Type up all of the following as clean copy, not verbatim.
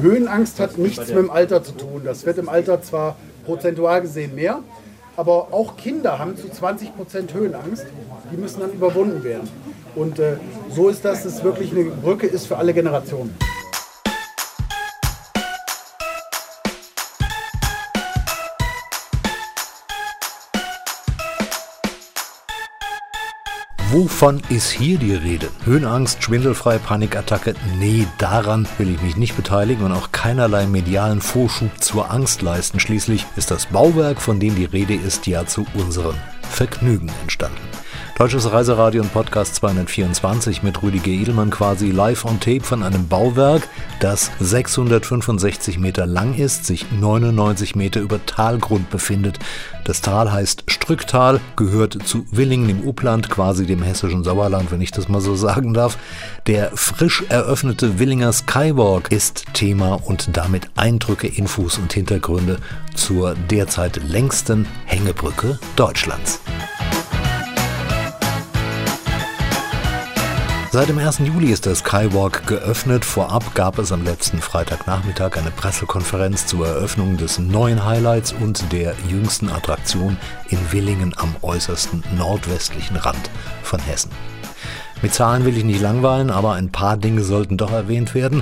Höhenangst hat nichts mit dem Alter zu tun. Das wird im Alter zwar prozentual gesehen mehr, aber auch Kinder haben zu 20% Höhenangst. Die müssen dann überwunden werden. Und so ist das, dass es wirklich eine Brücke ist für alle Generationen. Wovon ist hier die Rede? Höhenangst, schwindelfreie Panikattacke? Nee, daran will ich mich nicht beteiligen und auch keinerlei medialen Vorschub zur Angst leisten. Schließlich ist das Bauwerk, von dem die Rede ist, ja zu unserem Vergnügen entstanden. Deutsches Reiseradio und Podcast 224 mit Rüdiger Edelmann quasi live on tape von einem Bauwerk, das 665 Meter lang ist, sich 99 Meter über Talgrund befindet. Das Tal heißt Strücktal, gehört zu Willingen im Upland, quasi dem hessischen Sauerland, wenn ich das mal so sagen darf. Der frisch eröffnete Willinger Skywalk ist Thema und damit Eindrücke, Infos und Hintergründe zur derzeit längsten Hängebrücke Deutschlands. Seit dem 1. Juli ist der Skywalk geöffnet. Vorab gab es am letzten Freitagnachmittag eine Pressekonferenz zur Eröffnung des neuen Highlights und der jüngsten Attraktion in Willingen am äußersten nordwestlichen Rand von Hessen. Mit Zahlen will ich nicht langweilen, aber ein paar Dinge sollten doch erwähnt werden.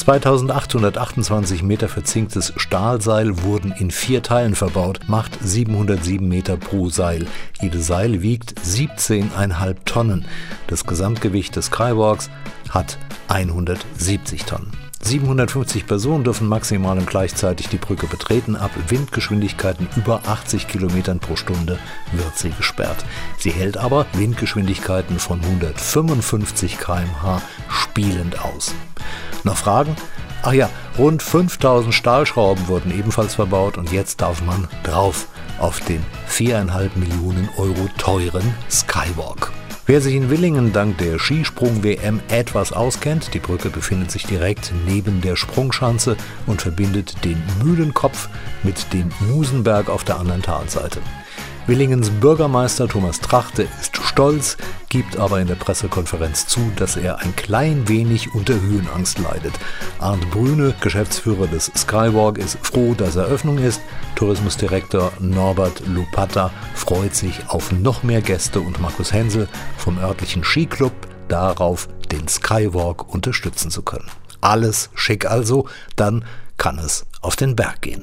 2828 Meter verzinktes Stahlseil wurden in 4 Teilen verbaut, macht 707 Meter pro Seil. Jedes Seil wiegt 17,5 Tonnen. Das Gesamtgewicht des Skywalks hat 170 Tonnen. 750 Personen dürfen maximal und gleichzeitig die Brücke betreten. Ab Windgeschwindigkeiten über 80 Kilometern pro Stunde wird sie gesperrt. Sie hält aber Windgeschwindigkeiten von 155 km/h spielend aus. Noch Fragen? Ach ja, rund 5000 Stahlschrauben wurden ebenfalls verbaut und jetzt darf man drauf auf den 4,5 Millionen Euro teuren Skywalk. Wer sich in Willingen dank der Skisprung-WM etwas auskennt, die Brücke befindet sich direkt neben der Sprungschanze und verbindet den Mühlenkopf mit dem Musenberg auf der anderen Talseite. Willingens Bürgermeister Thomas Trachte ist stolz, gibt aber in der Pressekonferenz zu, dass er ein klein wenig unter Höhenangst leidet. Arndt Brüne, Geschäftsführer des Skywalk, ist froh, dass Eröffnung ist. Tourismusdirektor Norbert Lupata freut sich auf noch mehr Gäste und Markus Hensel vom örtlichen Skiclub darauf, den Skywalk unterstützen zu können. Alles schick also, dann kann es auf den Berg gehen.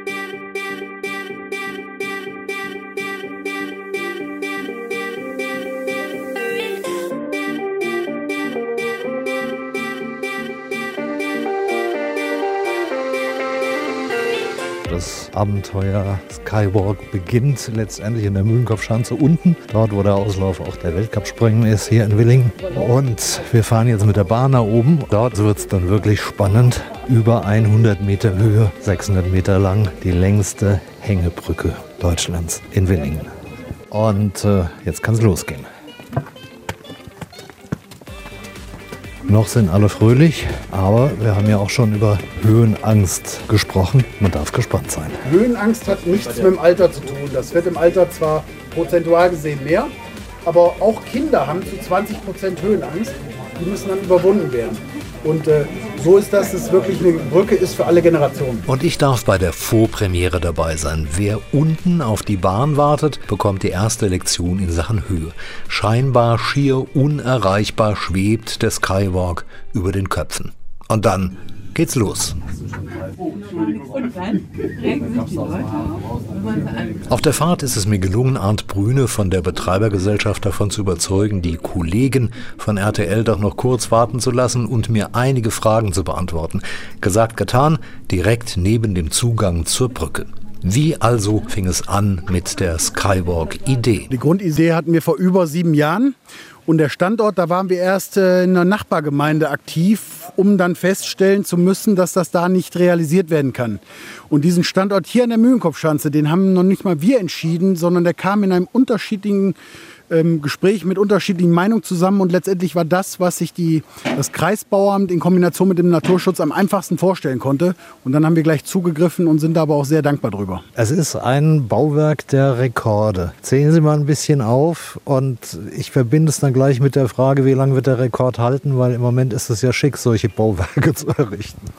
Das Abenteuer Skywalk beginnt letztendlich in der Mühlenkopfschanze unten, dort wo der Auslauf auch der Weltcup-Springen ist, hier in Willingen. Und wir fahren jetzt mit der Bahn nach oben. Dort wird es dann wirklich spannend. Über 100 Meter Höhe, 600 Meter lang, die längste Hängebrücke Deutschlands in Willingen. Und jetzt kann es losgehen. Noch sind alle fröhlich, aber wir haben ja auch schon über Höhenangst gesprochen. Man darf gespannt sein. Höhenangst hat nichts mit dem Alter zu tun. Das wird im Alter zwar prozentual gesehen mehr, aber auch Kinder haben zu 20% Höhenangst. Die müssen dann überwunden werden. Und so ist das, dass es wirklich eine Brücke ist für alle Generationen. Und ich darf bei der Vorpremiere dabei sein. Wer unten auf die Bahn wartet, bekommt die erste Lektion in Sachen Höhe. Scheinbar schier unerreichbar schwebt der Skywalk über den Köpfen. Und dann geht's los. Auf der Fahrt ist es mir gelungen, Arndt Brüne von der Betreibergesellschaft davon zu überzeugen, die Kollegen von RTL doch noch kurz warten zu lassen und mir einige Fragen zu beantworten. Gesagt, getan, direkt neben dem Zugang zur Brücke. Wie also fing es an mit der Skywalk-Idee? Die Grundidee hatten wir vor über 7 Jahren. Und der Standort, da waren wir erst in einer Nachbargemeinde aktiv, um dann feststellen zu müssen, dass das da nicht realisiert werden kann. Und diesen Standort hier an der Mühlenkopfschanze, den haben noch nicht mal wir entschieden, sondern der kam in einem unterschiedlichen Gespräch mit unterschiedlichen Meinungen zusammen. Und letztendlich war das, was sich das Kreisbauamt in Kombination mit dem Naturschutz am einfachsten vorstellen konnte. Und dann haben wir gleich zugegriffen und sind da aber auch sehr dankbar drüber. Es ist ein Bauwerk der Rekorde. Zählen Sie mal ein bisschen auf und ich verbinde es dann gleich mit der Frage, wie lange wird der Rekord halten, weil im Moment ist es ja schick, solche Bauwerke zu errichten.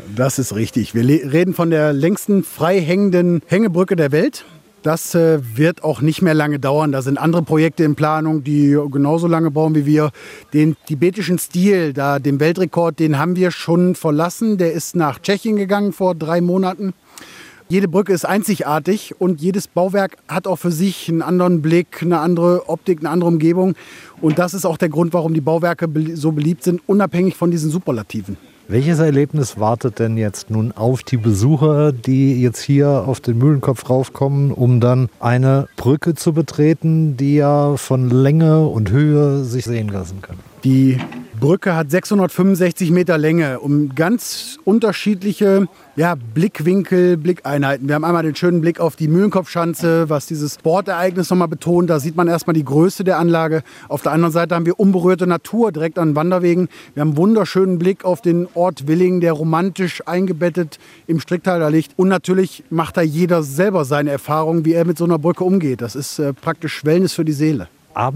Das ist richtig. Wir reden von der längsten frei hängenden Hängebrücke der Welt. Das wird auch nicht mehr lange dauern. Da sind andere Projekte in Planung, die genauso lange brauchen wie wir. Den tibetischen Stil, den Weltrekord, den haben wir schon verlassen. Der ist nach Tschechien gegangen vor 3 Monaten. Jede Brücke ist einzigartig und jedes Bauwerk hat auch für sich einen anderen Blick, eine andere Optik, eine andere Umgebung. Und das ist auch der Grund, warum die Bauwerke so beliebt sind, unabhängig von diesen Superlativen. Welches Erlebnis wartet denn jetzt nun auf die Besucher, die jetzt hier auf den Mühlenkopf raufkommen, um dann eine Brücke zu betreten, die ja von Länge und Höhe sich sehen lassen kann? Die Brücke hat 665 Meter Länge, um ganz unterschiedliche Blickwinkel, Blickeinheiten. Wir haben einmal den schönen Blick auf die Mühlenkopfschanze, was dieses Sportereignis nochmal betont. Da sieht man erstmal die Größe der Anlage. Auf der anderen Seite haben wir unberührte Natur direkt an Wanderwegen. Wir haben einen wunderschönen Blick auf den Ort Willingen, der romantisch eingebettet im Stricktal da liegt. Und natürlich macht da jeder selber seine Erfahrungen, wie er mit so einer Brücke umgeht. Das ist praktisch Wellness für die Seele.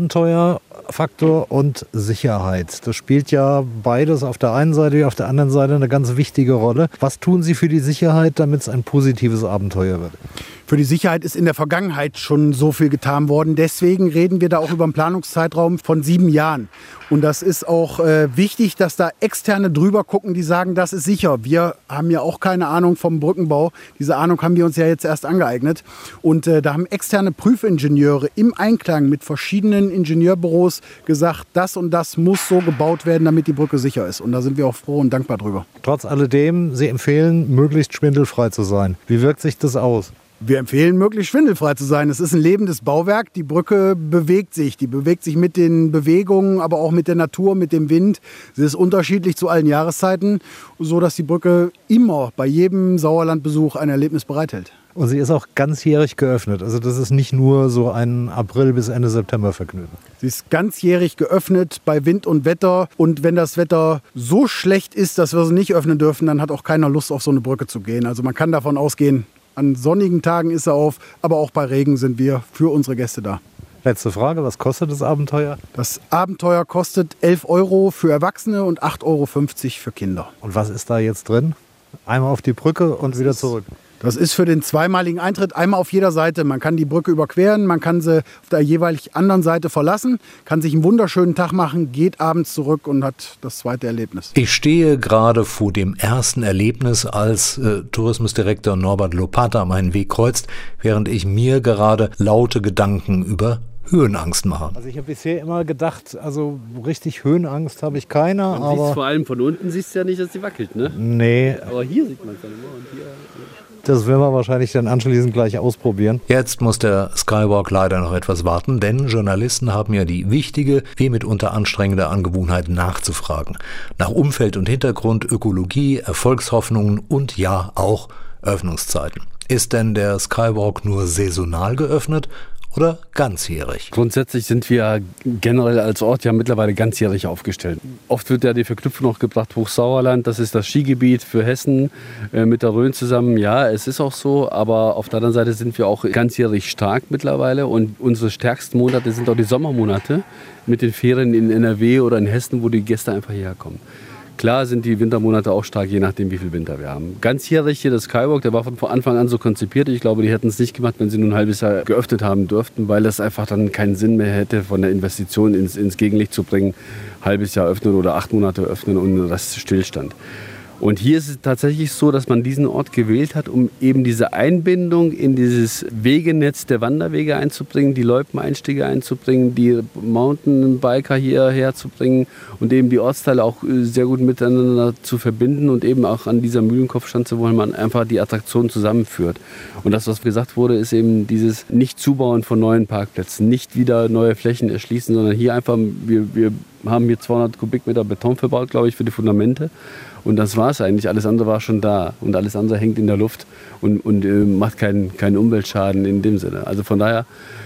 Abenteuerfaktor und Sicherheit. Das spielt ja beides auf der einen Seite wie auf der anderen Seite eine ganz wichtige Rolle. Was tun Sie für die Sicherheit, damit es ein positives Abenteuer wird? Für die Sicherheit ist in der Vergangenheit schon so viel getan worden. Deswegen reden wir da auch über einen Planungszeitraum von 7 Jahren. Und das ist auch wichtig, dass da Externe drüber gucken, die sagen, das ist sicher. Wir haben ja auch keine Ahnung vom Brückenbau. Diese Ahnung haben wir uns ja jetzt erst angeeignet. Und da haben externe Prüfingenieure im Einklang mit verschiedenen Ingenieurbüros gesagt, das und das muss so gebaut werden, damit die Brücke sicher ist. Und da sind wir auch froh und dankbar drüber. Trotz alledem, Sie empfehlen, möglichst schwindelfrei zu sein. Wie wirkt sich das aus? Wir empfehlen, möglichst schwindelfrei zu sein. Es ist ein lebendes Bauwerk. Die Brücke bewegt sich. Die bewegt sich mit den Bewegungen, aber auch mit der Natur, mit dem Wind. Sie ist unterschiedlich zu allen Jahreszeiten, sodass die Brücke immer bei jedem Sauerlandbesuch ein Erlebnis bereithält. Und sie ist auch ganzjährig geöffnet. Also das ist nicht nur so ein April bis Ende September Vergnügen. Sie ist ganzjährig geöffnet bei Wind und Wetter. Und wenn das Wetter so schlecht ist, dass wir sie nicht öffnen dürfen, dann hat auch keiner Lust, auf so eine Brücke zu gehen. Also man kann davon ausgehen, an sonnigen Tagen ist er auf, aber auch bei Regen sind wir für unsere Gäste da. Letzte Frage, was kostet das Abenteuer? Das Abenteuer kostet 11 € für Erwachsene und 8,50 € für Kinder. Und was ist da jetzt drin? Einmal auf die Brücke und wieder zurück. Das ist für den zweimaligen Eintritt einmal auf jeder Seite. Man kann die Brücke überqueren, man kann sie auf der jeweilig anderen Seite verlassen, kann sich einen wunderschönen Tag machen, geht abends zurück und hat das zweite Erlebnis. Ich stehe gerade vor dem ersten Erlebnis, als Tourismusdirektor Norbert Lopata meinen Weg kreuzt, während ich mir gerade laute Gedanken über Höhenangst mache. Also ich habe bisher immer gedacht, also richtig Höhenangst habe ich keine. Man sieht es vor allem von unten, siehst du ja nicht, dass sie wackelt, ne? Nee. Aber hier sieht man es dann immer und hier... Das werden wir wahrscheinlich dann anschließend gleich ausprobieren. Jetzt muss der Skywalk leider noch etwas warten, denn Journalisten haben ja die wichtige, wie mitunter anstrengende Angewohnheit nachzufragen. Nach Umfeld und Hintergrund, Ökologie, Erfolgshoffnungen und ja auch Öffnungszeiten. Ist denn der Skywalk nur saisonal geöffnet oder ganzjährig? Grundsätzlich sind wir generell als Ort ja mittlerweile ganzjährig aufgestellt. Oft wird ja die Verknüpfung noch gebracht, Hochsauerland, das ist das Skigebiet für Hessen mit der Rhön zusammen. Ja, es ist auch so, aber auf der anderen Seite sind wir auch ganzjährig stark mittlerweile und unsere stärksten Monate sind auch die Sommermonate mit den Ferien in NRW oder in Hessen, wo die Gäste einfach hierher kommen. Klar sind die Wintermonate auch stark, je nachdem, wie viel Winter wir haben. Ganzjährig hier das Skywalk, der war von Anfang an so konzipiert. Ich glaube, die hätten es nicht gemacht, wenn sie nur ein halbes Jahr geöffnet haben dürften, weil es einfach dann keinen Sinn mehr hätte, von der Investition ins Gegenlicht zu bringen. Halbes Jahr öffnen oder 8 Monate öffnen und das Stillstand. Und hier ist es tatsächlich so, dass man diesen Ort gewählt hat, um eben diese Einbindung in dieses Wegenetz der Wanderwege einzubringen, die Loipeneinstiege einzubringen, die Mountainbiker hierher zu bringen und eben die Ortsteile auch sehr gut miteinander zu verbinden und eben auch an dieser Mühlenkopfschanze, wo man einfach die Attraktionen zusammenführt. Und das, was gesagt wurde, ist eben dieses Nicht-Zubauen von neuen Parkplätzen, nicht wieder neue Flächen erschließen, sondern hier einfach, wir haben hier 200 Kubikmeter Beton verbaut, glaube ich, für die Fundamente. Und das war es eigentlich. Alles andere war schon da. Und alles andere hängt in der Luft und macht keinen Umweltschaden in dem Sinne. Also von daher,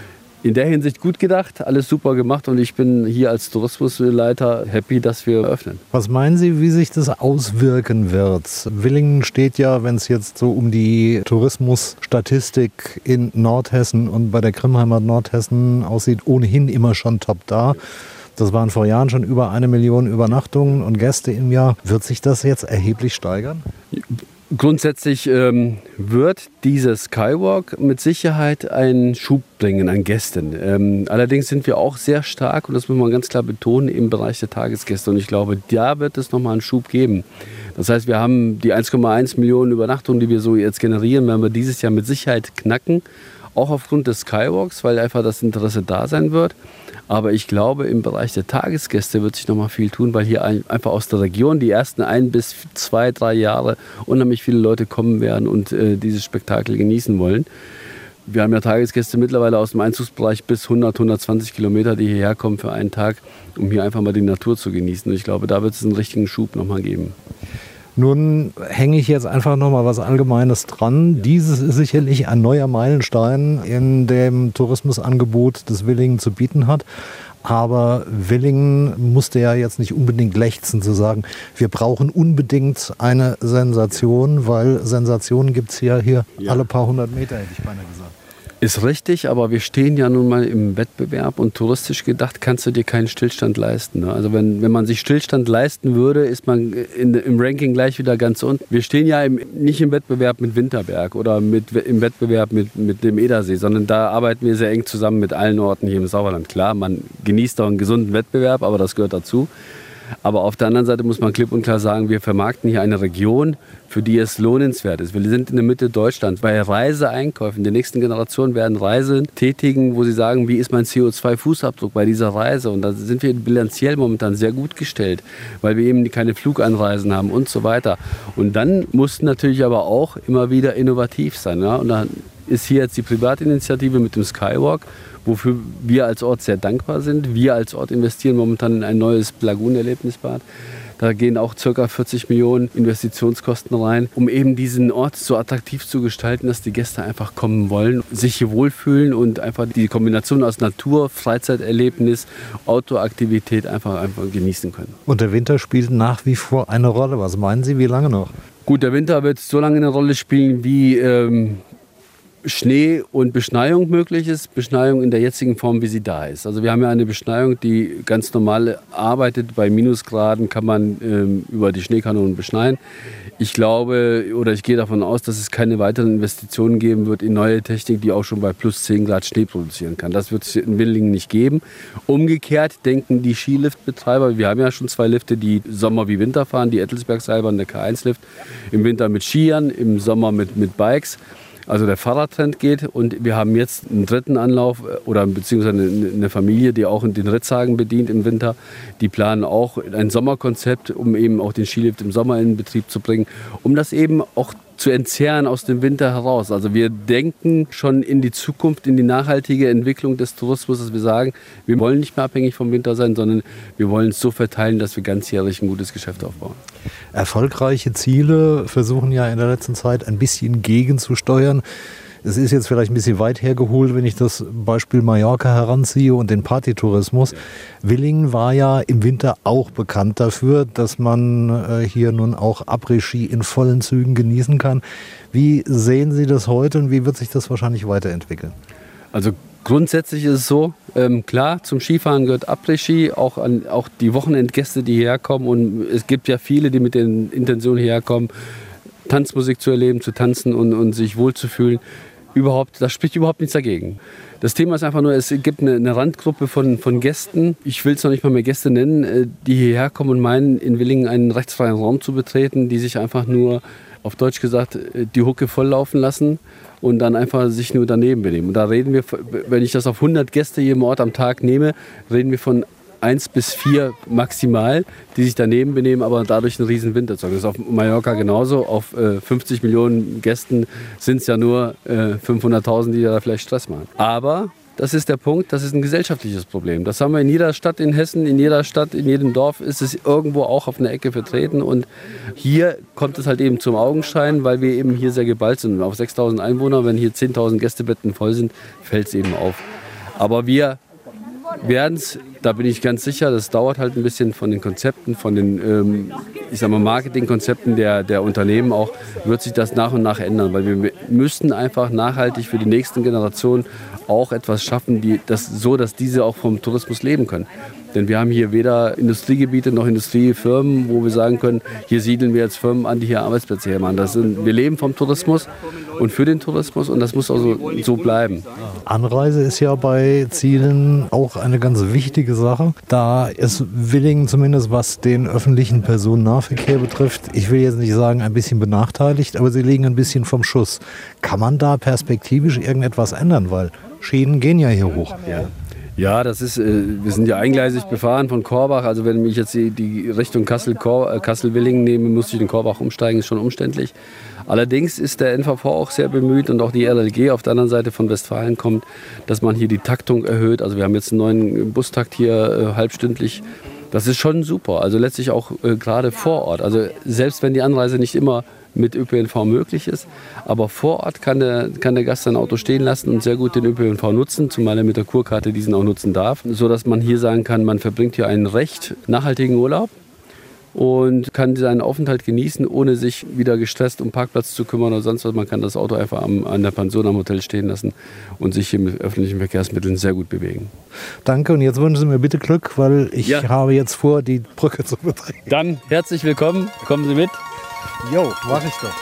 in der Hinsicht gut gedacht, alles super gemacht. Und ich bin hier als Tourismusleiter happy, dass wir öffnen. Was meinen Sie, wie sich das auswirken wird? Willingen steht ja, wenn es jetzt so um die Tourismusstatistik in Nordhessen und bei der Grimmheimat Nordhessen aussieht, ohnehin immer schon top da. Das waren vor Jahren schon über 1 Million Übernachtungen und Gäste im Jahr. Wird sich das jetzt erheblich steigern? Grundsätzlich wird dieser Skywalk mit Sicherheit einen Schub bringen an Gästen. Allerdings sind wir auch sehr stark, und das muss man ganz klar betonen, im Bereich der Tagesgäste. Und ich glaube, da wird es nochmal einen Schub geben. Das heißt, wir haben die 1,1 Millionen Übernachtungen, die wir so jetzt generieren, werden wir dieses Jahr mit Sicherheit knacken. Auch aufgrund des Skywalks, weil einfach das Interesse da sein wird. Aber ich glaube, im Bereich der Tagesgäste wird sich noch mal viel tun, weil hier einfach aus der Region die ersten 1 bis 2, 3 Jahre unheimlich viele Leute kommen werden und dieses Spektakel genießen wollen. Wir haben ja Tagesgäste mittlerweile aus dem Einzugsbereich bis 100, 120 Kilometer, die hierher kommen für einen Tag, um hier einfach mal die Natur zu genießen. Und ich glaube, da wird es einen richtigen Schub noch mal geben. Nun hänge ich jetzt einfach noch mal was Allgemeines dran. Dieses ist sicherlich ein neuer Meilenstein in dem Tourismusangebot, das Willingen zu bieten hat. Aber Willingen musste ja jetzt nicht unbedingt lechzen zu sagen, wir brauchen unbedingt eine Sensation, weil Sensationen gibt es ja hier alle paar 100 Meter, hätte ich beinahe gesagt. Ist richtig, aber wir stehen ja nun mal im Wettbewerb und touristisch gedacht kannst du dir keinen Stillstand leisten. Ne? Also wenn man sich Stillstand leisten würde, ist man im Ranking gleich wieder ganz unten. Wir stehen ja nicht im Wettbewerb mit Winterberg oder im Wettbewerb mit dem Edersee, sondern da arbeiten wir sehr eng zusammen mit allen Orten hier im Sauerland. Klar, man genießt auch einen gesunden Wettbewerb, aber das gehört dazu. Aber auf der anderen Seite muss man klipp und klar sagen, wir vermarkten hier eine Region, für die es lohnenswert ist. Wir sind in der Mitte Deutschlands. Bei Reiseeinkäufen, die nächsten Generationen werden Reisen tätigen, wo sie sagen, wie ist mein CO2-Fußabdruck bei dieser Reise? Und da sind wir bilanziell momentan sehr gut gestellt, weil wir eben keine Fluganreisen haben und so weiter. Und dann mussten natürlich aber auch immer wieder innovativ sein. Ja? Und dann ist hier jetzt die Privatinitiative mit dem Skywalk, wofür wir als Ort sehr dankbar sind. Wir als Ort investieren momentan in ein neues Lagunenerlebnisbad. Da gehen auch ca. 40 Millionen Investitionskosten rein, um eben diesen Ort so attraktiv zu gestalten, dass die Gäste einfach kommen wollen, sich hier wohlfühlen und einfach die Kombination aus Natur, Freizeiterlebnis, Outdoor-Aktivität einfach genießen können. Und der Winter spielt nach wie vor eine Rolle. Was meinen Sie, wie lange noch? Gut, der Winter wird so lange eine Rolle spielen, wie Schnee und Beschneiung möglich ist. Beschneiung in der jetzigen Form, wie sie da ist. Also wir haben ja eine Beschneiung, die ganz normal arbeitet. Bei Minusgraden kann man über die Schneekanonen beschneien. Ich glaube oder ich gehe davon aus, dass es keine weiteren Investitionen geben wird in neue Technik, die auch schon bei plus 10 Grad Schnee produzieren kann. Das wird es in Willingen nicht geben. Umgekehrt denken die Skiliftbetreiber, wir haben ja schon 2 Lifte, die Sommer wie Winter fahren, die Ettelsbergseilbahn, der K1-Lift, im Winter mit Skiern, im Sommer mit Bikes. Also der Fahrradtrend geht und wir haben jetzt einen 3. Anlauf oder beziehungsweise eine Familie, die auch in den Ritzhagen bedient im Winter. Die planen auch ein Sommerkonzept, um eben auch den Skilift im Sommer in Betrieb zu bringen, um das eben auch zu entzerren aus dem Winter heraus. Also wir denken schon in die Zukunft, in die nachhaltige Entwicklung des Tourismus, dass wir sagen, wir wollen nicht mehr abhängig vom Winter sein, sondern wir wollen es so verteilen, dass wir ganzjährig ein gutes Geschäft aufbauen. Erfolgreiche Ziele versuchen ja in der letzten Zeit ein bisschen gegenzusteuern. Es ist jetzt vielleicht ein bisschen weit hergeholt, wenn ich das Beispiel Mallorca heranziehe und den Partytourismus. Ja. Willingen war ja im Winter auch bekannt dafür, dass man hier nun auch Après-Ski in vollen Zügen genießen kann. Wie sehen Sie das heute und wie wird sich das wahrscheinlich weiterentwickeln? Also grundsätzlich ist es so, klar, zum Skifahren gehört Après-Ski, auch die Wochenendgäste, die hierher kommen. Und es gibt ja viele, die mit den Intentionen hierher kommen, Tanzmusik zu erleben, zu tanzen und sich wohlzufühlen. Das spricht überhaupt nichts dagegen. Das Thema ist einfach nur, es gibt eine Randgruppe von Gästen, ich will es noch nicht mal mehr Gäste nennen, die hierher kommen und meinen, in Willingen einen rechtsfreien Raum zu betreten, die sich einfach nur, auf Deutsch gesagt, die Hucke volllaufen lassen und dann einfach sich nur daneben benehmen. Und da reden wir, wenn ich das auf 100 Gäste hier im Ort am Tag nehme, reden wir von 1 bis 4 maximal, die sich daneben benehmen, aber dadurch einen riesen Wind erzeugen. Das ist auf Mallorca genauso. Auf 50 Millionen Gästen sind es ja nur 500.000, die da vielleicht Stress machen. Aber das ist der Punkt, das ist ein gesellschaftliches Problem. Das haben wir in jeder Stadt in Hessen, in jeder Stadt, in jedem Dorf ist es irgendwo auch auf einer Ecke vertreten. Und hier kommt es halt eben zum Augenschein, weil wir eben hier sehr geballt sind. Und auf 6.000 Einwohner, wenn hier 10.000 Gästebetten voll sind, fällt es eben auf. Aber wir werden es, da bin ich ganz sicher, das dauert halt ein bisschen von den Konzepten, von den Marketingkonzepten der Unternehmen auch, wird sich das nach und nach ändern, weil wir müssten einfach nachhaltig für die nächsten Generationen auch etwas schaffen, dass diese auch vom Tourismus leben können. Denn wir haben hier weder Industriegebiete noch Industriefirmen, wo wir sagen können, hier siedeln wir jetzt Firmen an, die hier Arbeitsplätze hermachen. Wir leben vom Tourismus und für den Tourismus und das muss also so bleiben. Anreise ist ja bei Zielen auch eine ganz wichtige Sache. Da ist Willingen zumindest, was den öffentlichen Personennahverkehr betrifft, ich will jetzt nicht sagen ein bisschen benachteiligt, aber sie liegen ein bisschen vom Schuss. Kann man da perspektivisch irgendetwas ändern? Weil Schienen gehen ja hier hoch. Ja, das ist, wir sind ja eingleisig befahren von Korbach. Also wenn ich jetzt die Richtung Kassel-Willingen nehme, muss ich den Korbach umsteigen, ist schon umständlich. Allerdings ist der NVV auch sehr bemüht und auch die RLG auf der anderen Seite von Westfalen kommt, dass man hier die Taktung erhöht. Also wir haben jetzt einen neuen Bustakt hier halbstündlich. Das ist schon super. Also letztlich auch gerade vor Ort. Also selbst wenn die Anreise nicht immer mit ÖPNV möglich ist. Aber vor Ort kann der Gast sein Auto stehen lassen und sehr gut den ÖPNV nutzen, zumal er mit der Kurkarte diesen auch nutzen darf, sodass man hier sagen kann, man verbringt hier einen recht nachhaltigen Urlaub und kann seinen Aufenthalt genießen, ohne sich wieder gestresst um Parkplatz zu kümmern oder sonst was. Man kann das Auto einfach an der Pension am Hotel stehen lassen und sich hier mit öffentlichen Verkehrsmitteln sehr gut bewegen. Danke und jetzt wünschen Sie mir bitte Glück, weil ich habe jetzt vor, die Brücke zu betreten. Dann herzlich willkommen, kommen Sie mit. Jo, mach ich doch.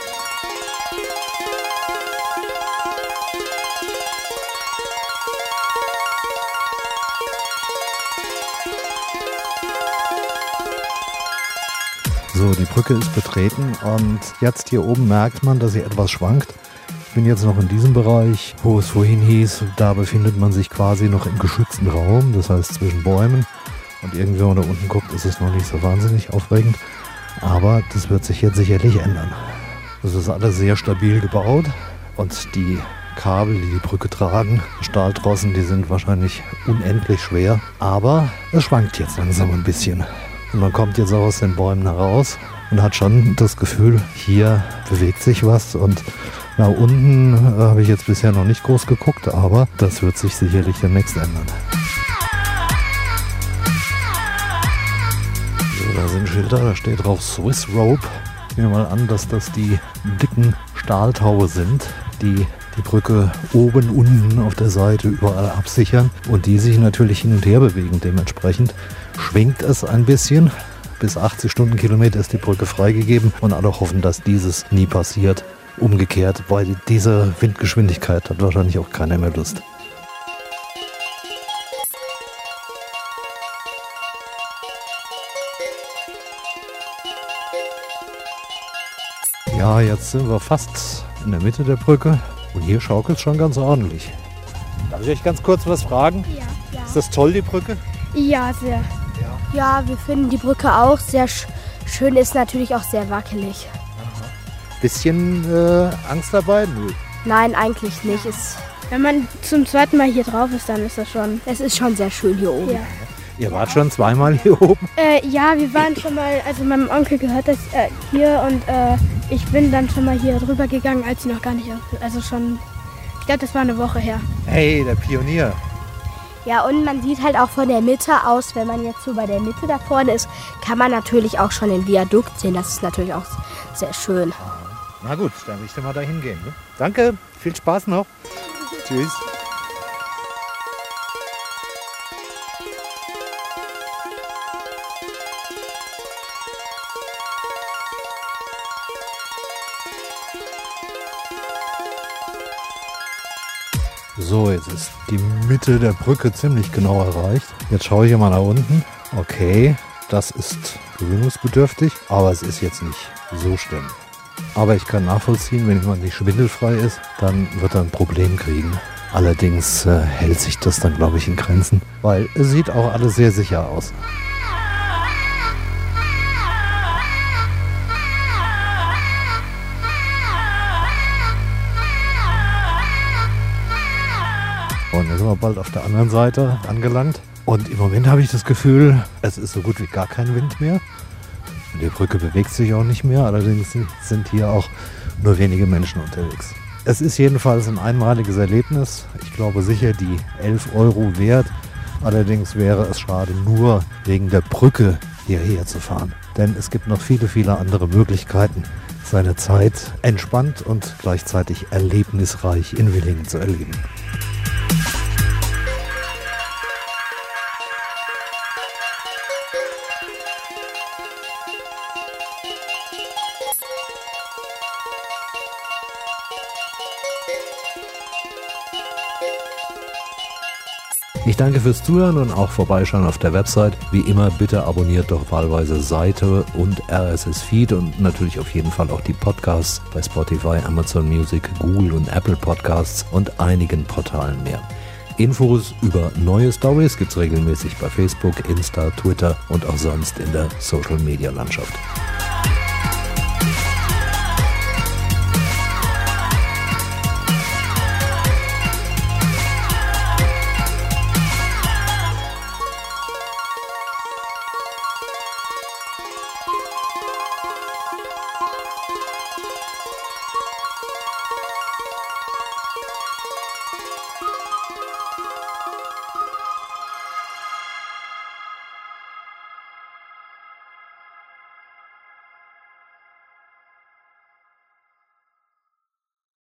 So, die Brücke ist betreten und jetzt hier oben merkt man, dass sie etwas schwankt. Ich bin jetzt noch in diesem Bereich, wo es vorhin hieß, da befindet man sich quasi noch im geschützten Raum, das heißt zwischen Bäumen. Und irgendwie, wenn man da unten guckt, ist es noch nicht so wahnsinnig aufregend. Aber das wird sich jetzt sicherlich ändern. Das ist alles sehr stabil gebaut und die Kabel, die die Brücke tragen, Stahltrossen, die sind wahrscheinlich unendlich schwer. Aber es schwankt jetzt langsam ein bisschen. Und man kommt jetzt auch aus den Bäumen heraus und hat schon das Gefühl, hier bewegt sich was. Und nach unten habe ich jetzt bisher noch nicht groß geguckt, aber das wird sich sicherlich demnächst ändern. Da sind Schilder, da steht drauf Swiss Rope. Ich nehme mal an, dass das die dicken Stahltaue sind, die die Brücke oben, unten auf der Seite überall absichern und die sich natürlich hin und her bewegen. Dementsprechend schwingt es ein bisschen. Bis 80 Stundenkilometer ist die Brücke freigegeben und alle hoffen, dass dieses nie passiert. Umgekehrt, bei dieser Windgeschwindigkeit hat wahrscheinlich auch keiner mehr Lust. Ja, jetzt sind wir fast in der Mitte der Brücke und hier schaukelt es schon ganz ordentlich. Darf ich euch ganz kurz was fragen? Ja. Ist das toll, die Brücke? Ja, sehr. Ja, wir finden die Brücke auch sehr schön, ist natürlich auch sehr wackelig. Bisschen Angst dabei? Nö. Nein, eigentlich nicht. Wenn man zum zweiten Mal hier drauf ist, dann ist das schon... Es ist schon sehr schön hier oben. Ja. Ihr wart schon zweimal hier oben? Ja, wir waren schon mal, also meinem Onkel gehört das hier und ich bin dann schon mal hier drüber gegangen, als sie noch gar nicht, also schon, ich glaube, das war eine Woche her. Hey, der Pionier. Ja, und man sieht halt auch von der Mitte aus, wenn man jetzt so bei der Mitte da vorne ist, kann man natürlich auch schon den Viadukt sehen. Das ist natürlich auch sehr schön. Na gut, dann will ich mal da hingehen. Ne? Danke, viel Spaß noch. Tschüss. So, jetzt ist die Mitte der Brücke ziemlich genau erreicht. Jetzt schaue ich mal nach unten. Okay, das ist gewöhnungsbedürftig, aber es ist jetzt nicht so schlimm. Aber ich kann nachvollziehen, wenn jemand nicht schwindelfrei ist, dann wird er ein Problem kriegen. Allerdings hält sich das dann, glaube ich, in Grenzen, weil es sieht auch alles sehr sicher aus. Und jetzt sind wir bald auf der anderen Seite angelangt. Und im Moment habe ich das Gefühl, es ist so gut wie gar kein Wind mehr. Die Brücke bewegt sich auch nicht mehr, allerdings sind hier auch nur wenige Menschen unterwegs. Es ist jedenfalls ein einmaliges Erlebnis. Ich glaube sicher die 11 € wert. Allerdings wäre es schade, nur wegen der Brücke hierher zu fahren. Denn es gibt noch viele, viele andere Möglichkeiten, seine Zeit entspannt und gleichzeitig erlebnisreich in Willingen zu erleben. Ich danke fürs Zuhören und auch Vorbeischauen auf der Website. Wie immer, bitte abonniert doch wahlweise Seite und RSS-Feed und natürlich auf jeden Fall auch die Podcasts bei Spotify, Amazon Music, Google und Apple Podcasts und einigen Portalen mehr. Infos über neue Stories gibt's regelmäßig bei Facebook, Insta, Twitter und auch sonst in der Social-Media-Landschaft.